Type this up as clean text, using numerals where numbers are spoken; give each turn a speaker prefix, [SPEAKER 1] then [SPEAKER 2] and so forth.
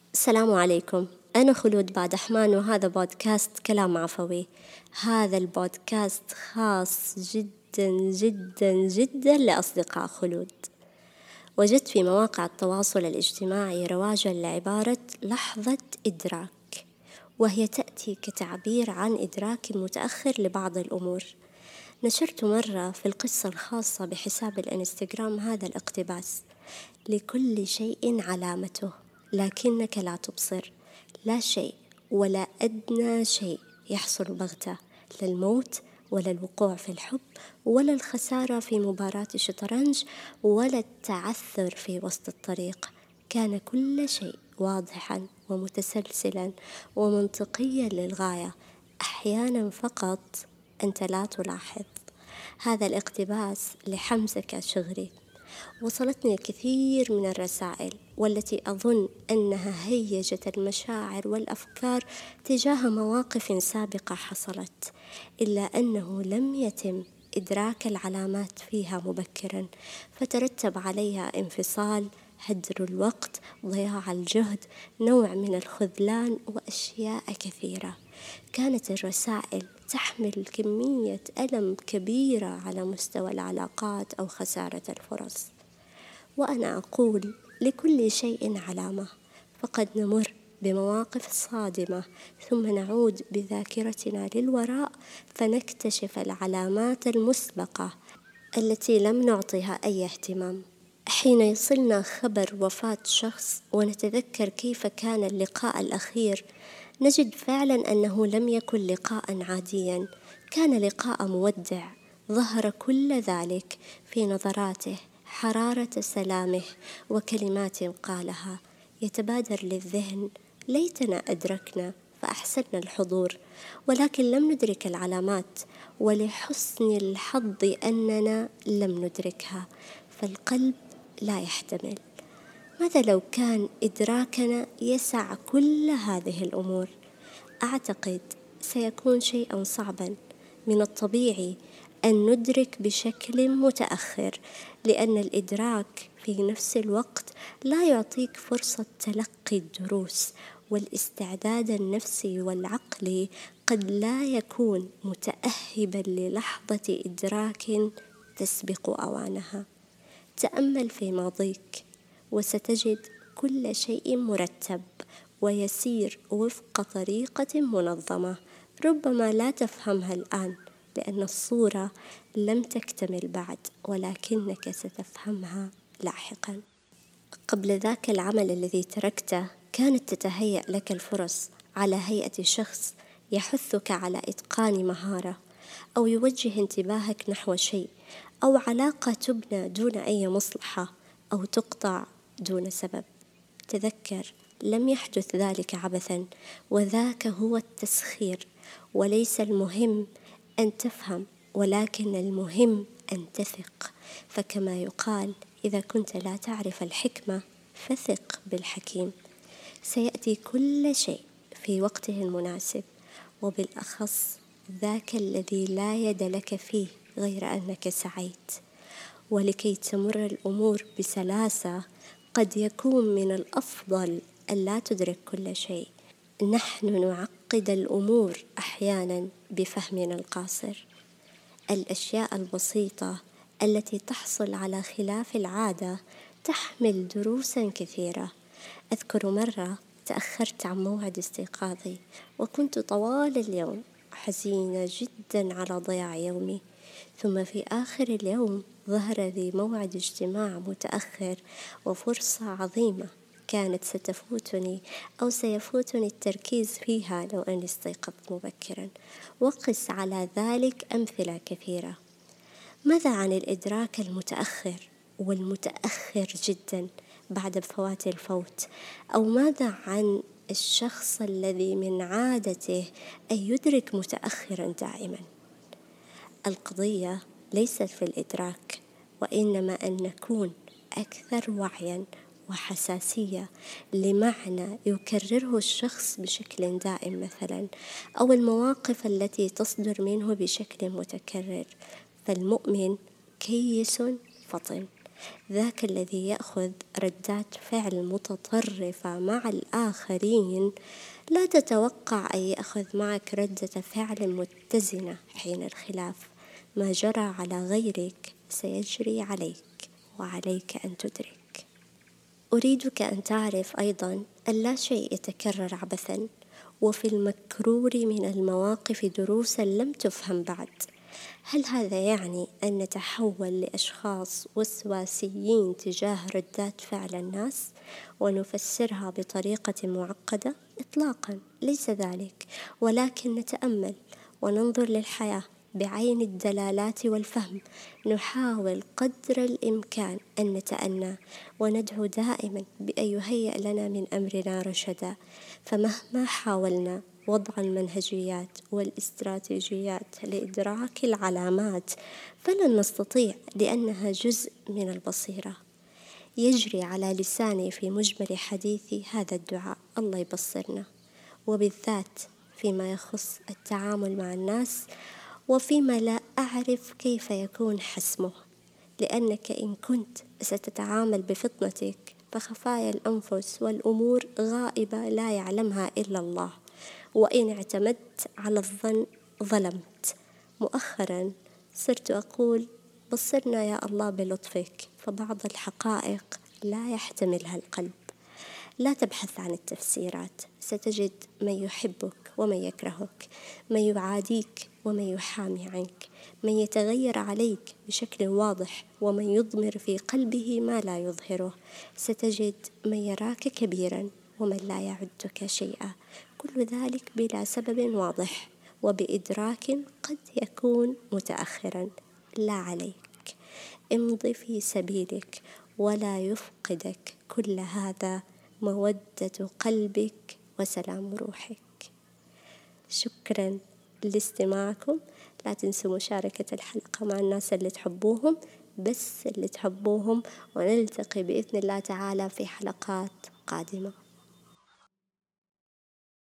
[SPEAKER 1] السلام عليكم. أنا خلود بادحمان وهذا بودكاست كلام عفوي. هذا البودكاست خاص جدا جدا جدا لأصدقاء خلود. وجدت في مواقع التواصل الاجتماعي رواجا لعبارة لحظة إدراك، وهي تأتي كتعبير عن إدراك متأخر لبعض الأمور. نشرت مرة في القصة الخاصة بحساب الإنستغرام هذا الاقتباس: لكل شيء علامته لكنك لا تبصر. لا شيء ولا أدنى شيء يحصل بغتة، لا الموت ولا الوقوع في الحب ولا الخسارة في مباراة الشطرنج ولا التعثر في وسط الطريق. كان كل شيء واضحا ومتسلسلا ومنطقيا للغاية، أحيانا فقط أنت لا تلاحظ. هذا الاقتباس لحمزة كاشغري. وصلتني الكثير من الرسائل والتي أظن أنها هيجت المشاعر والأفكار تجاه مواقف سابقة حصلت، إلا أنه لم يتم إدراك العلامات فيها مبكرا، فترتب عليها انفصال، هدر الوقت، ضياع الجهد، نوع من الخذلان وأشياء كثيرة. كانت الرسائل تحمل كمية ألم كبيرة على مستوى العلاقات أو خسارة الفرص. وأنا أقول لكل شيء علامة، فقد نمر بمواقف صادمة ثم نعود بذاكرتنا للوراء فنكتشف العلامات المسبقة التي لم نعطها أي اهتمام. حين يصلنا خبر وفاة شخص ونتذكر كيف كان اللقاء الأخير، نجد فعلا أنه لم يكن لقاء عاديا، كان لقاء مودع. ظهر كل ذلك في نظراته، حرارة سلامه وكلمات قالها. يتبادر للذهن: ليتنا أدركنا فأحسننا الحضور، ولكن لم ندرك العلامات، ولحسن الحظ أننا لم ندركها، فالقلب لا يحتمل. ماذا لو كان إدراكنا يسع كل هذه الأمور؟ أعتقد سيكون شيئا صعبا. من الطبيعي أن ندرك بشكل متأخر، لأن الإدراك في نفس الوقت لا يعطيك فرصة تلقي الدروس، والاستعداد النفسي والعقلي قد لا يكون متأهبا للحظة إدراك تسبق أوانها. تأمل في ماضيك وستجد كل شيء مرتب ويسير وفق طريقة منظمة، ربما لا تفهمها الآن لأن الصورة لم تكتمل بعد، ولكنك ستفهمها لاحقا. قبل ذاك العمل الذي تركته كانت تتهيأ لك الفرص على هيئة شخص يحثك على إتقان مهارة، أو يوجه انتباهك نحو شيء، أو علاقة تبنى دون أي مصلحة، أو تقطع دون سبب. تذكر، لم يحدث ذلك عبثا، وذاك هو التسخير. وليس المهم أن تفهم، ولكن المهم أن تثق. فكما يقال: إذا كنت لا تعرف الحكمة فثق بالحكيم. سيأتي كل شيء في وقته المناسب، وبالأخص ذاك الذي لا يد لك فيه غير أنك سعيت. ولكي تمر الأمور بسلاسة قد يكون من الأفضل أن لا تدرك كل شيء. نحن نعقد الأمور أحيانا بفهمنا القاصر. الأشياء البسيطة التي تحصل على خلاف العادة تحمل دروسا كثيرة. أذكر مرة تأخرت عن موعد استيقاظي، وكنت طوال اليوم حزينة جدا على ضياع يومي. ثم في آخر اليوم ظهر لي موعد اجتماع متأخر وفرصة عظيمة كانت ستفوتني أو سيفوتني التركيز فيها لو أني استيقظت مبكرا. وقس على ذلك أمثلة كثيرة. ماذا عن الإدراك المتأخر والمتأخر جدا بعد فوات الفوت؟ أو ماذا عن الشخص الذي من عادته أن يدرك متأخرا دائما؟ القضية ليست في الإدراك، وإنما أن نكون أكثر وعيا وحساسية لمعنى يكرره الشخص بشكل دائم مثلا، أو المواقف التي تصدر منه بشكل متكرر. فالمؤمن كيس فطن، ذاك الذي يأخذ ردات فعل متطرفة مع الآخرين لا تتوقع أن يأخذ معك ردة فعل متزنة حين الخلاف. ما جرى على غيرك سيجري عليك، وعليك أن تدرك. أريدك أن تعرف أيضا أن لا شيء يتكرر عبثا، وفي المكرور من المواقف دروسا لم تفهم بعد. هل هذا يعني أن نتحول لأشخاص وسواسيين تجاه ردات فعل الناس ونفسرها بطريقة معقدة؟ إطلاقا، ليس ذلك، ولكن نتأمل وننظر للحياة بعين الدلالات والفهم. نحاول قدر الإمكان أن نتأنى وندعو دائما بأن يهيئ لنا من أمرنا رشدا. فمهما حاولنا وضع المنهجيات والاستراتيجيات لإدراك العلامات فلن نستطيع، لأنها جزء من البصيرة. يجري على لساني في مجمل حديثي هذا الدعاء: الله يبصرنا، وبالذات فيما يخص التعامل مع الناس وفيما لا أعرف كيف يكون حسمه. لأنك إن كنت ستتعامل بفطنتك فخفايا الأنفس والأمور غائبة لا يعلمها إلا الله، وإن اعتمدت على الظن ظلمت. مؤخرا صرت أقول: بصرنا يا الله بلطفك، فبعض الحقائق لا يحتملها القلب. لا تبحث عن التفسيرات، ستجد من يحبك ومن يكرهك، من يعاديك ومن يحامي عنك، من يتغير عليك بشكل واضح ومن يضمر في قلبه ما لا يظهره. ستجد من يراك كبيرا ومن لا يعدك شيئا، كل ذلك بلا سبب واضح وبإدراك قد يكون متأخرا. لا عليك، امض في سبيلك ولا يفقدك كل هذا مودة قلبك وسلام روحك. شكرا لاستماعكم. لا تنسوا مشاركة الحلقة مع الناس اللي تحبوهم، بس اللي تحبوهم، ونلتقي بإذن الله تعالى في حلقات قادمة.